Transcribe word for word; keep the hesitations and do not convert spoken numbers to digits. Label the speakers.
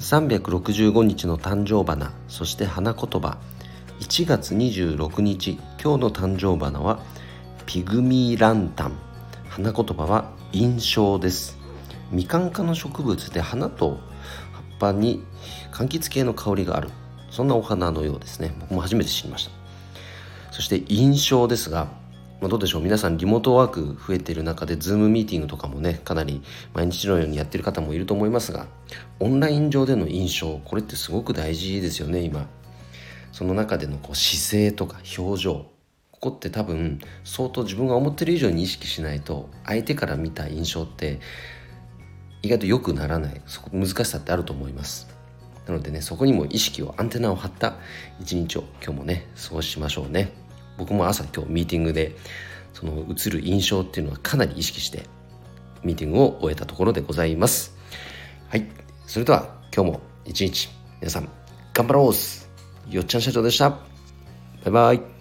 Speaker 1: さんびゃくろくじゅうごにちの誕生花、そして花言葉。いちがつにじゅうろくにち、今日の誕生花はピグミーランタン、花言葉は印象です。みかん科の植物で花と葉っぱに柑橘系の香りがある、そんなお花のようですね。僕も初めて知りました。そして印象ですが、まあ、どうでしょう、皆さんリモートワーク増えている中でズームミーティングとかもね、かなり毎日のようにやってる方もいると思いますが、オンライン上での印象、これってすごく大事ですよね。今その中でのこう姿勢とか表情、ここって多分相当自分が思ってる以上に意識しないと、相手から見た印象って意外と良くならない、そこ難しさってあると思います。なのでね、そこにも意識を、アンテナを張った一日を今日もね過ごしましょうね。僕も朝今日ミーティングでその映る印象っていうのはかなり意識してミーティングを終えたところでございます。はい、それでは今日も一日皆さん頑張ろう。よっちゃん社長でした。バイバイ。